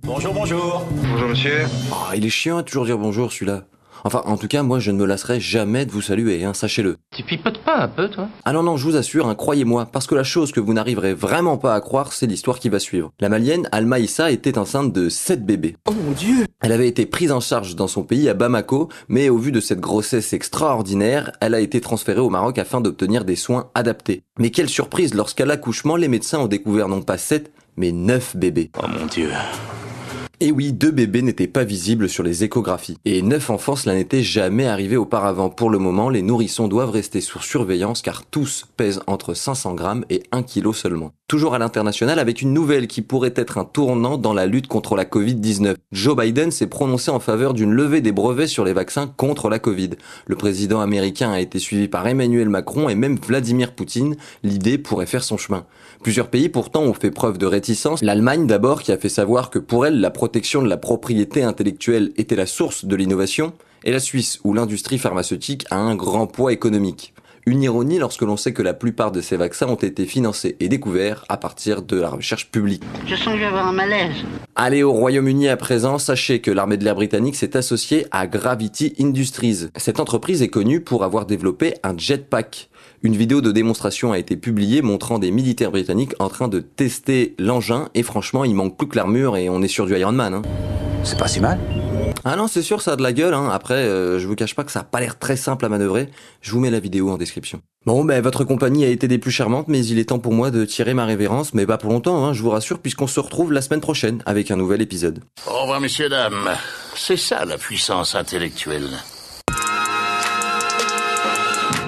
Bonjour, bonjour. Bonjour monsieur. Ah, il est chiant à toujours dire bonjour celui-là. Enfin, en tout cas, moi je ne me lasserai jamais de vous saluer, hein, sachez-le. Tu pipotes pas un peu, toi? Ah non, non, je vous assure, hein, croyez-moi, parce que la chose que vous n'arriverez vraiment pas à croire, c'est l'histoire qui va suivre. La malienne Alma Issa était enceinte de 7 bébés. Oh mon Dieu. Elle avait été prise en charge dans son pays à Bamako, mais au vu de cette grossesse extraordinaire, elle a été transférée au Maroc afin d'obtenir des soins adaptés. Mais quelle surprise, lorsqu'à l'accouchement, les médecins ont découvert non pas 7, mais 9 bébés. Oh mon Dieu. Et oui, 2 bébés n'étaient pas visibles sur les échographies. Et 9 enfants, cela n'était jamais arrivé auparavant. Pour le moment, les nourrissons doivent rester sous surveillance car tous pèsent entre 500 grammes et 1 kg seulement. Toujours à l'international avec une nouvelle qui pourrait être un tournant dans la lutte contre la Covid-19. Joe Biden s'est prononcé en faveur d'une levée des brevets sur les vaccins contre la Covid. Le président américain a été suivi par Emmanuel Macron et même Vladimir Poutine. L'idée pourrait faire son chemin. Plusieurs pays pourtant ont fait preuve de réticence. L'Allemagne d'abord qui a fait savoir que pour elle, la protection de la propriété intellectuelle était la source de l'innovation, et la Suisse où l'industrie pharmaceutique a un grand poids économique. Une ironie lorsque l'on sait que la plupart de ces vaccins ont été financés et découverts à partir de la recherche publique. Je sens que je vais avoir un malaise. Allez au Royaume-Uni à présent, sachez que l'armée de l'air britannique s'est associée à Gravity Industries. Cette entreprise est connue pour avoir développé un jetpack. Une vidéo de démonstration a été publiée montrant des militaires britanniques en train de tester l'engin et franchement il manque plus que l'armure et on est sur du Iron Man. C'est pas si mal. Ah non, c'est sûr, ça a de la gueule. Après, je vous cache pas que ça a pas l'air très simple à manœuvrer. Je vous mets la vidéo en description. Bon, votre compagnie a été des plus charmantes, mais il est temps pour moi de tirer ma révérence, mais pas pour longtemps, je vous rassure, puisqu'on se retrouve la semaine prochaine avec un nouvel épisode. Au revoir, messieurs, dames. C'est ça, la puissance intellectuelle.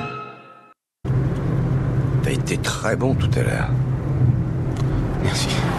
T'as été très bon tout à l'heure. Merci.